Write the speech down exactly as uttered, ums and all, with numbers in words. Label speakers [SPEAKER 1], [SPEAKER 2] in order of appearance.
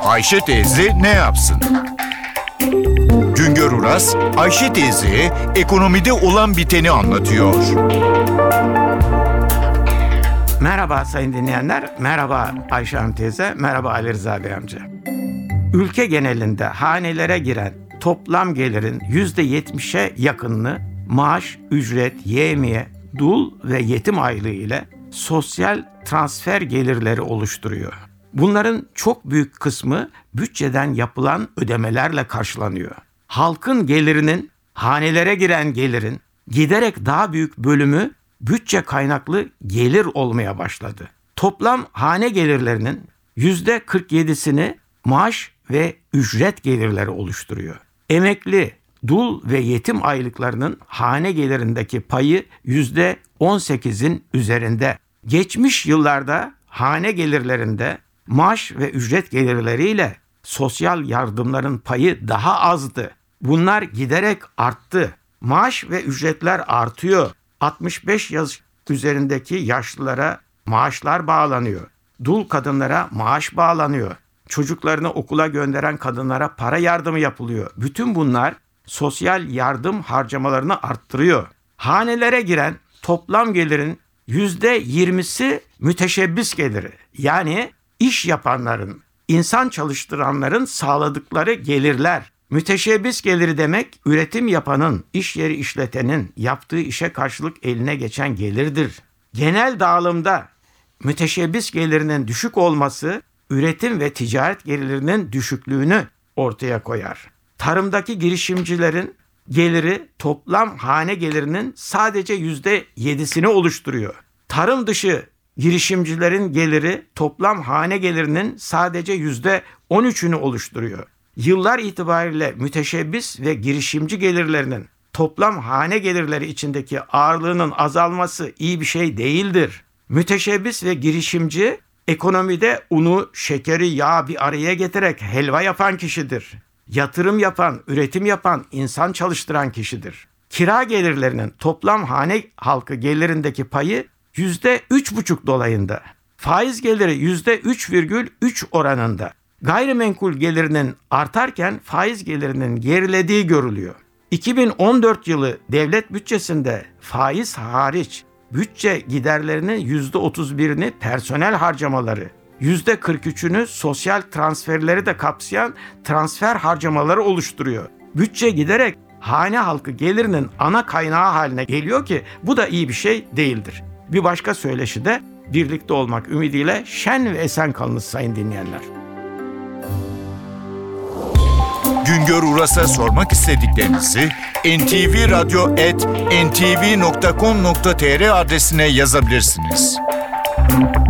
[SPEAKER 1] Ayşe teyze ne yapsın? Güngör Uras, Ayşe teyzeye ekonomide olan biteni anlatıyor.
[SPEAKER 2] Merhaba sayın dinleyenler, merhaba Ayşe Hanım teyze, merhaba Ali Rıza Bey amca. Ülke genelinde hanelere giren toplam gelirin yüzde yetmişe yakınını maaş, ücret, yevmiye, dul ve yetim aylığı ile sosyal transfer gelirleri oluşturuyor. Bunların çok büyük kısmı bütçeden yapılan ödemelerle karşılanıyor. Halkın gelirinin, hanelere giren gelirin giderek daha büyük bölümü bütçe kaynaklı gelir olmaya başladı. Toplam hane gelirlerinin yüzde kırk yedisini maaş ve ücret gelirleri oluşturuyor. Emekli, dul ve yetim aylıklarının hane gelirindeki payı yüzde on sekizin üzerinde. Geçmiş yıllarda hane gelirlerinde maaş ve ücret gelirleriyle sosyal yardımların payı daha azdı. Bunlar giderek arttı. Maaş ve ücretler artıyor. altmış beş yaş üzerindeki yaşlılara maaşlar bağlanıyor. Dul kadınlara maaş bağlanıyor. Çocuklarını okula gönderen kadınlara para yardımı yapılıyor. Bütün bunlar sosyal yardım harcamalarını arttırıyor. Hanelere giren toplam gelirin yüzde yirmisi müteşebbis geliri. Yani iş yapanların, insan çalıştıranların sağladıkları gelirler. Müteşebbis geliri demek, üretim yapanın, iş yeri işletenin yaptığı işe karşılık eline geçen gelirdir. Genel dağılımda müteşebbis gelirinin düşük olması, üretim ve ticaret gelirlerinin düşüklüğünü ortaya koyar. Tarımdaki girişimcilerin geliri toplam hane gelirinin sadece yüzde yedisini oluşturuyor. Tarım dışı girişimcilerin geliri toplam hane gelirinin sadece yüzde on üçünü oluşturuyor. Yıllar itibariyle müteşebbis ve girişimci gelirlerinin toplam hane gelirleri içindeki ağırlığının azalması iyi bir şey değildir. Müteşebbis ve girişimci ekonomide unu, şekeri, yağı bir araya getirerek helva yapan kişidir. Yatırım yapan, üretim yapan, insan çalıştıran kişidir. Kira gelirlerinin toplam hane halkı gelirindeki payı yüzde üç buçuk dolayında. Faiz geliri yüzde üç virgül üç oranında. Gayrimenkul gelirinin artarken faiz gelirinin gerilediği görülüyor. iki bin on dört yılı devlet bütçesinde faiz hariç bütçe giderlerinin yüzde otuz birini personel harcamaları, yüzde kırk üçünü sosyal transferleri de kapsayan transfer harcamaları oluşturuyor. Bütçe giderek hane halkı gelirinin ana kaynağı haline geliyor ki bu da iyi bir şey değildir. Bir başka söyleşi de birlikte olmak ümidiyle şen ve esen kalınız sayın dinleyenler.
[SPEAKER 1] Güngör Uras'a sormak istediklerinizi en ti vi radyo at en ti vi nokta com nokta tr adresine yazabilirsiniz.